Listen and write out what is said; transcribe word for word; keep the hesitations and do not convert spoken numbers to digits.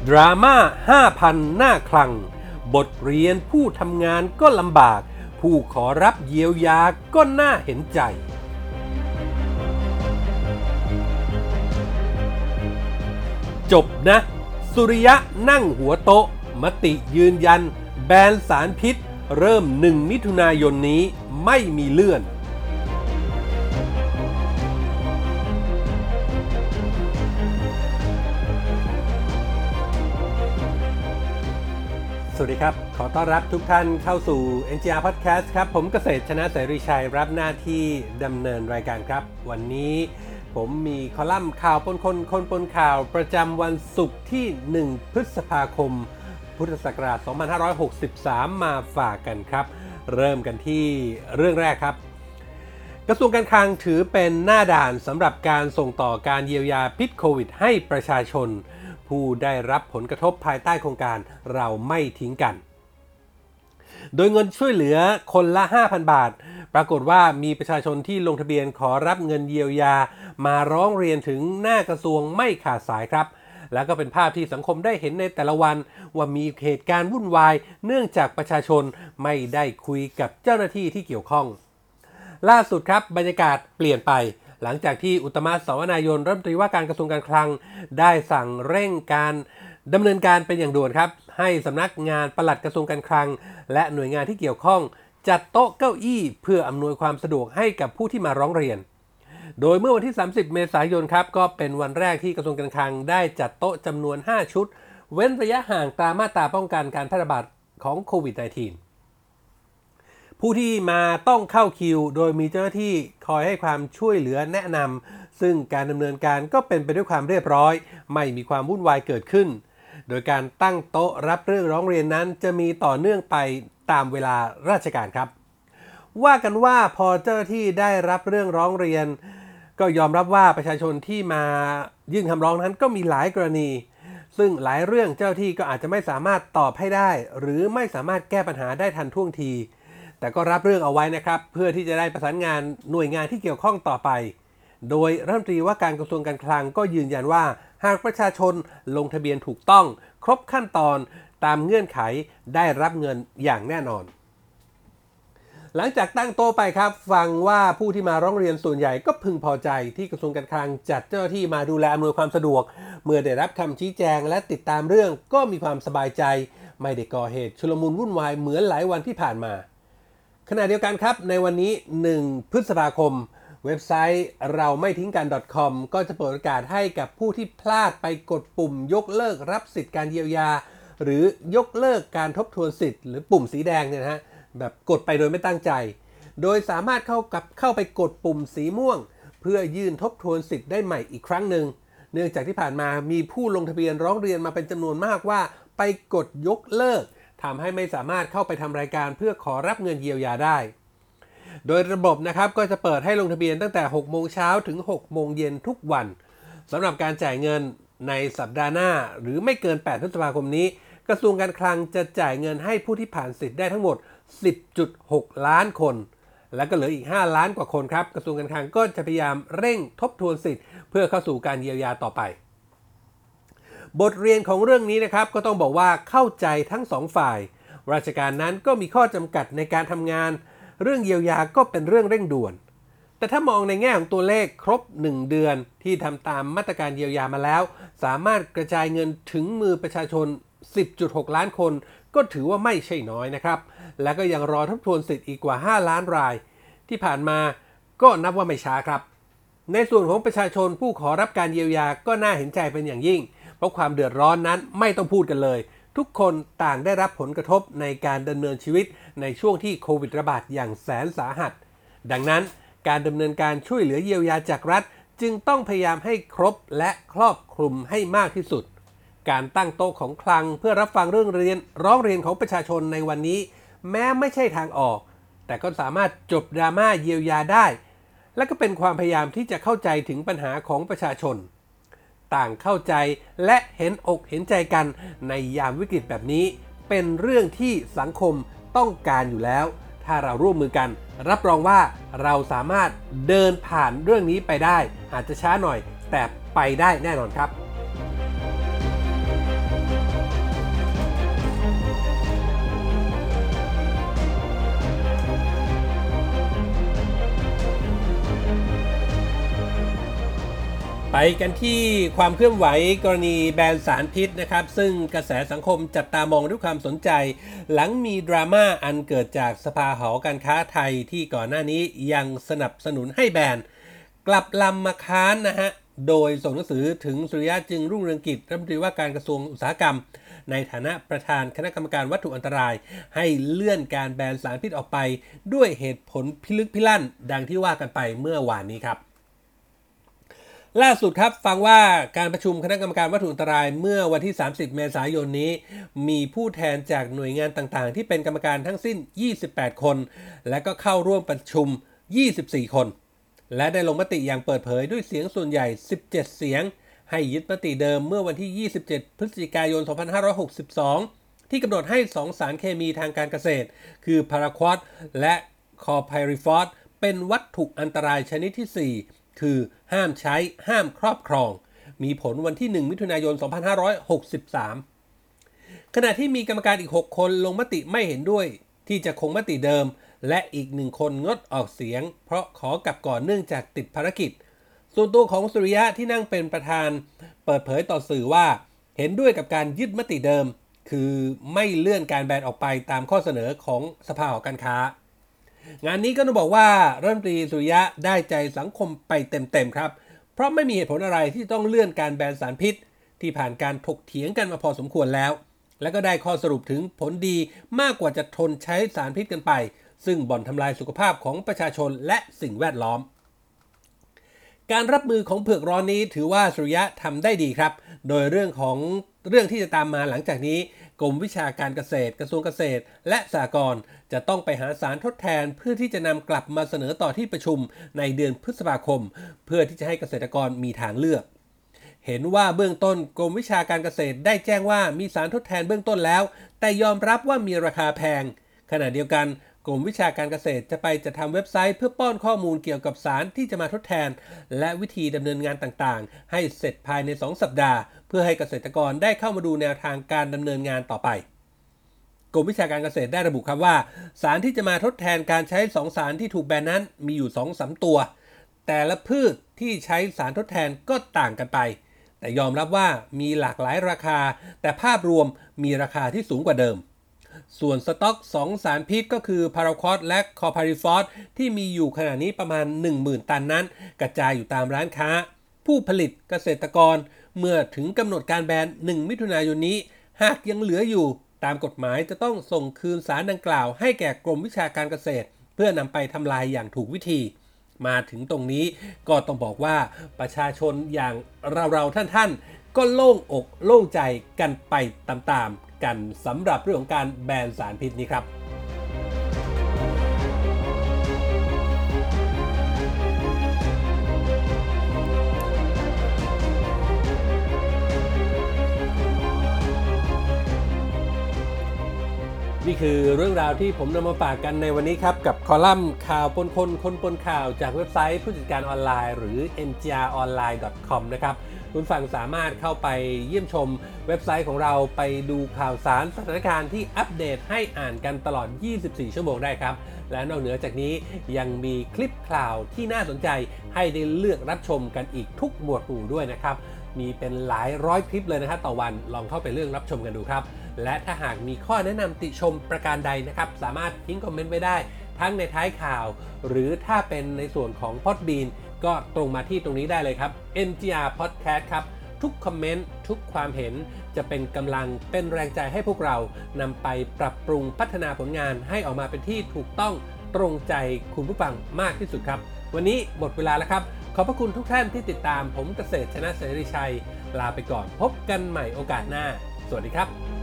ดราม่า ห้าพัน หน้าคลังบทเรียนผู้ทำงานก็ลำบากผู้ขอรับเยียวยาก็น่าเห็นใจจบนะสุริยะนั่งหัวโต๊ะมติยืนยันแบนสารพิษเริ่มหนึ่งมิถุนายนนี้ไม่มีเลื่อนสวัสดีครับขอต้อนรับทุกท่านเข้าสู่ เอ็น จี อาร์ Podcast ครับผมเกษตรชนะเสรีชัยรับหน้าที่ดำเนินรายการครับวันนี้ผมมีคอลัมน์ข่าวปนคนคนปนข่าวประจำวันศุกร์ที่หนึ่งพฤษภาคมพุทธศักราชสองพันห้าร้อยหกสิบสามมาฝากกันครับเริ่มกันที่เรื่องแรกครับกระทรวงการคลังถือเป็นหน้าด่านสำหรับการส่งต่อการเยียวยาพิษโควิดให้ประชาชนผู้ได้รับผลกระทบภายใต้โครงการเราไม่ทิ้งกันโดยเงินช่วยเหลือคนละ ห้าพัน บาทปรากฏว่ามีประชาชนที่ลงทะเบียนขอรับเงินเยียวยามาร้องเรียนถึงหน้ากระทรวงไม่ขาดสายครับแล้วก็เป็นภาพที่สังคมได้เห็นในแต่ละวันว่ามีเหตุการณ์วุ่นวายเนื่องจากประชาชนไม่ได้คุยกับเจ้าหน้าที่ที่เกี่ยวข้องล่าสุดครับบรรยากาศเปลี่ยนไปหลังจากที่อุตตมะ สวนายนรัฐมนตรีว่าการกระทรวงการคลังได้สั่งเร่งการดำเนินการเป็นอย่างด่วนครับให้สำนักงานปลัดกระทรวงการคลังและหน่วยงานที่เกี่ยวข้องจัดโต๊ะเก้าอี้เพื่ออำนวยความสะดวกให้กับผู้ที่มาร้องเรียนโดยเมื่อวันที่สามสิบเมษายนครับก็เป็นวันแรกที่กระทรวงการคลังได้จัดโต๊ะจำนวนห้าชุดเว้นระยะห่างตามมาตราป้องกันการแพร่ระบาดของโควิด สิบเก้าผู้ที่มาต้องเข้าคิวโดยมีเจ้าหน้าที่คอยให้ความช่วยเหลือแนะนำซึ่งการดำเนินการก็เป็นไปด้วยความเรียบร้อยไม่มีความวุ่นวายเกิดขึ้นโดยการตั้งโต๊ะรับเรื่องร้องเรียนนั้นจะมีต่อเนื่องไปตามเวลาราชการครับว่ากันว่าพอเจ้าหน้าที่ได้รับเรื่องร้องเรียนก็ยอมรับว่าประชาชนที่มายื่นคำร้องนั้นก็มีหลายกรณีซึ่งหลายเรื่องเจ้าหน้าที่ก็อาจจะไม่สามารถตอบให้ได้หรือไม่สามารถแก้ปัญหาได้ทันท่วงทีแต่ก็รับเรื่องเอาไว้นะครับเพื่อที่จะได้ประสานงานหน่วยงานที่เกี่ยวข้องต่อไปโดยรัฐมนตรีว่าการกระทรวงการคลังก็ยืนยันว่าหากประชาชนลงทะเบียนถูกต้องครบขั้นตอนตามเงื่อนไขได้รับเงินอย่างแน่นอนหลังจากตั้งโต๊ะไปครับฟังว่าผู้ที่มาร้องเรียนส่วนใหญ่ก็พึงพอใจที่กระทรวงการคลังจัดเจ้าหน้าที่มาดูแลอำนวยความสะดวกเมื่อได้รับคำชี้แจงและติดตามเรื่องก็มีความสบายใจไม่ได้ก่อเหตุชุลมุนวุ่นวายเหมือนหลายวันที่ผ่านมาขณะเดียวกันครับในวันนี้หนึ่งพฤษภาคมเว็บไซต์เราไม่ทิ้งกัน .com ก็จะเปิดโอกาสให้กับผู้ที่พลาดไปกดปุ่มยกเลิกรับสิทธิการเยียวยาหรือยกเลิกการทบทวนสิทธิ์หรือปุ่มสีแดงเนี่ยนะฮะแบบกดไปโดยไม่ตั้งใจโดยสามารถเข้ากับเข้าไปกดปุ่มสีม่วงเพื่อยื่นทบทวนสิทธิ์ได้ใหม่อีกครั้งหนึ่งเนื่องจากที่ผ่านมามีผู้ลงทะเบียนร้องเรียนมาเป็นจำนวนมากว่าไปกดยกเลิกทำให้ไม่สามารถเข้าไปทำรายการเพื่อขอรับเงินเยียวยาได้โดยระบบนะครับก็จะเปิดให้ลงทะเบียนตั้งแต่หกโมงเช้าถึงหกโมงเย็นทุกวันสำหรับการจ่ายเงินในสัปดาห์หน้าหรือไม่เกินแปดพฤษภาคมนี้กระทรวงการคลังจะจ่ายเงินให้ผู้ที่ผ่านสิทธิ์ได้ทั้งหมด สิบจุดหก ล้านคนและก็เหลืออีกห้าล้านกว่าคนครับกระทรวงการคลังก็จะพยายามเร่งทบทวนสิทธิ์เพื่อเข้าสู่การเยียวยาต่อไปบทเรียนของเรื่องนี้นะครับก็ต้องบอกว่าเข้าใจทั้งสองฝ่ายราชการนั้นก็มีข้อจำกัดในการทำงานเรื่องเยียวยาก็เป็นเรื่องเร่งด่วนแต่ถ้ามองในแง่ของตัวเลขครบหนึ่งเดือนที่ทำตามมาตรการเยียวยามาแล้วสามารถกระจายเงินถึงมือประชาชน สิบจุดหก ล้านคนก็ถือว่าไม่ใช่น้อยนะครับและก็ยังรอทบทวนสิทธิ์อีกกว่าห้าล้านรายที่ผ่านมาก็นับว่าไม่ช้าครับในส่วนของประชาชนผู้ขอรับการเยียวยาก็น่าเห็นใจเป็นอย่างยิ่งเพราะความเดือดร้อนนั้นไม่ต้องพูดกันเลยทุกคนต่างได้รับผลกระทบในการดำเนินชีวิตในช่วงที่โควิดระบาดอย่างแสนสาหัสดังนั้นการดำเนินการช่วยเหลือเยียวยาจากรัฐจึงต้องพยายามให้ครบและครอบคลุมให้มากที่สุดการตั้งโต๊ะของคลังเพื่อรับฟังเรื่องเรียนร้องเรียนของประชาชนในวันนี้แม้ไม่ใช่ทางออกแต่ก็สามารถจบดราม่าเยียวยาได้และก็เป็นความพยายามที่จะเข้าใจถึงปัญหาของประชาชนต่างเข้าใจและเห็นอกเห็นใจกันในยามวิกฤตแบบนี้เป็นเรื่องที่สังคมต้องการอยู่แล้วถ้าเราร่วมมือกันรับรองว่าเราสามารถเดินผ่านเรื่องนี้ไปได้อาจจะช้าหน่อยแต่ไปได้แน่นอนครับไปกันที่ความเคลื่อนไหวกรณีแบนสารพิษนะครับซึ่งกระแสสังคมจับตามองด้วยความสนใจหลังมีดราม่าอันเกิดจากสภาหอการค้าไทยที่ก่อนหน้านี้ยังสนับสนุนให้แบนกลับลำมาค้านนะฮะโดยส่งหนังสือถึงสุริยะจึงรุ่งเรืองกิจรัฐมนตรีว่าการกระทรวงอุตสาหกรรมในฐานะประธานคณะกรรมการวัตถุอันตรายให้เลื่อนการแบนสารพิษออกไปด้วยเหตุผลพิลึกพิลั่นดังที่ว่ากันไปเมื่อวานนี้ครับล่าสุดครับฟังว่าการประชุมคณะกรรมการวัตถุอันตรายเมื่อวันที่สามสิบเมษายนนี้มีผู้แทนจากหน่วยงานต่างๆที่เป็นกรรมการทั้งสิ้นยี่สิบแปดคนและก็เข้าร่วมประชุมยี่สิบสี่คนและได้ลงมติอย่างเปิดเผยด้วยเสียงส่วนใหญ่สิบเจ็ดเสียงให้ยึดมติเดิมเมื่อวันที่ยี่สิบเจ็ดพฤศจิกายนสองพันห้าร้อยหกสิบสองที่กำหนดให้สองสารเคมีทางการเกษตรคือพาราควอตและคอไพริฟอสเป็นวัตถุอันตรายชนิดที่สี่คือห้ามใช้ห้ามครอบครองมีผลวันที่หนึ่งมิถุนายนสองพันห้าร้อยหกสิบสามขณะที่มีกรรมการอีกหกคนลงมติไม่เห็นด้วยที่จะคงมติเดิมและอีกหนึ่งคนงดออกเสียงเพราะขอกลับก่อนเนื่องจากติดภารกิจส่วนตัวของสุริยะที่นั่งเป็นประธานเปิดเผยต่อสื่อว่าเห็นด้วยกับการยึดมติเดิมคือไม่เลื่อนการแบนออกไปตามข้อเสนอของสภาหอการค้างานนี้ก็ต้องบอกว่ารัฐมนตรีสุริยะได้ใจสังคมไปเต็มๆครับเพราะไม่มีเหตุผลอะไรที่ต้องเลื่อนการแบนสารพิษที่ผ่านการถกเถียงกันมาพอสมควรแล้วและก็ได้ข้อสรุปถึงผลดีมากกว่าจะทนใช้สารพิษกันไปซึ่งบ่อนทำลายสุขภาพของประชาชนและสิ่งแวดล้อมการรับมือของเผือกร้อนนี้ถือว่าสุริยะทำได้ดีครับโดยเรื่องของเรื่องที่จะตามมาหลังจากนี้กรมวิชาการเกษตรกระทรวงเกษตรและสหกรณ์จะต้องไปหาสารทดแทนเพื่อที่จะนำกลับมาเสนอต่อที่ประชุมในเดือนพฤษภาคมเพื่อที่จะให้เกษตรกรมีทางเลือกเห็นว่าเบื้องต้นกรมวิชาการเกษตรได้แจ้งว่ามีสารทดแทนเบื้องต้นแล้วแต่ยอมรับว่ามีราคาแพงขณะเดียวกันกรมวิชาการเกษตรจะไปจัดทำเว็บไซต์เพื่อป้อนข้อมูลเกี่ยวกับสารที่จะมาทดแทนและวิธีดำเนินงานต่างๆให้เสร็จภายในสองสัปดาห์เพื่อให้เกษตรกรได้เข้ามาดูแนวทางการดำเนินงานต่อไปกรมวิชาการเกษตรได้ระบุครับว่าสารที่จะมาทดแทนการใช้สองสารที่ถูกแบนนั้นมีอยู่ สองถึงสาม ตัวแต่ละพืชที่ใช้สารทดแทนก็ต่างกันไปแต่ยอมรับว่ามีหลากหลายราคาแต่ภาพรวมมีราคาที่สูงกว่าเดิมส่วนสต็อกสองสารพิษก็คือพาราควอตและคอพาริฟอสที่มีอยู่ขณะนี้ประมาณ หนึ่งหมื่น ตันนั้นกระจายอยู่ตามร้านค้าผู้ผลิตเกษตรกรเมื่อถึงกำหนดการแบนหนึ่งมิถุนายนนี้หากยังเหลืออยู่ตามกฎหมายจะต้องส่งคืนสารดังกล่าวให้แก่กรมวิชาการเกษตรเพื่อนำไปทำลายอย่างถูกวิธีมาถึงตรงนี้ก็ต้องบอกว่าประชาชนอย่างเราๆท่านๆก็โล่งอกโล่งใจกันไปตามๆกันสำหรับเรื่องของการแบนสารพิษนี้ครับนี่คือเรื่องราวที่ผมนำมาฝากกันในวันนี้ครับกับคอลัมน์ข่าวปนคนคนปนข่าวจากเว็บไซต์ผู้จัดการออนไลน์หรือ เอ็น จี อาร์ ออนไลน์ ดอท คอม นะครับคุณฟังสามารถเข้าไปเยี่ยมชมเว็บไซต์ของเราไปดูข่าวสารสถานการณ์ที่อัปเดตให้อ่านกันตลอดยี่สิบสี่ชั่วโมงได้ครับและนอกเหนือจากนี้ยังมีคลิปข่าวที่น่าสนใจให้ได้เลือกรับชมกันอีกทุกหมวดหมู่ด้วยนะครับมีเป็นหลายร้อยคลิปเลยนะครับต่อวันลองเข้าไปเลือกรับชมกันดูครับและถ้าหากมีข้อแนะนำติชมประการใดนะครับสามารถทิ้งคอมเมนต์ไว้ได้ทั้งในท้ายข่าวหรือถ้าเป็นในส่วนของ Podbean ก็ตรงมาที่ตรงนี้ได้เลยครับ เอ็น จี อาร์ Podcast ครับทุกคอมเมนต์ทุกความเห็นจะเป็นกำลังเป็นแรงใจให้พวกเรานำไปปรับปรุงพัฒนาผลงานให้ออกมาเป็นที่ถูกต้องตรงใจคุณผู้ฟังมากที่สุดครับวันนี้หมดเวลาแล้วครับขอบพระคุณทุกท่านที่ติดตามผมเกษตรชนะเสรีชัยลาไปก่อนพบกันใหม่โอกาสหน้าสวัสดีครับ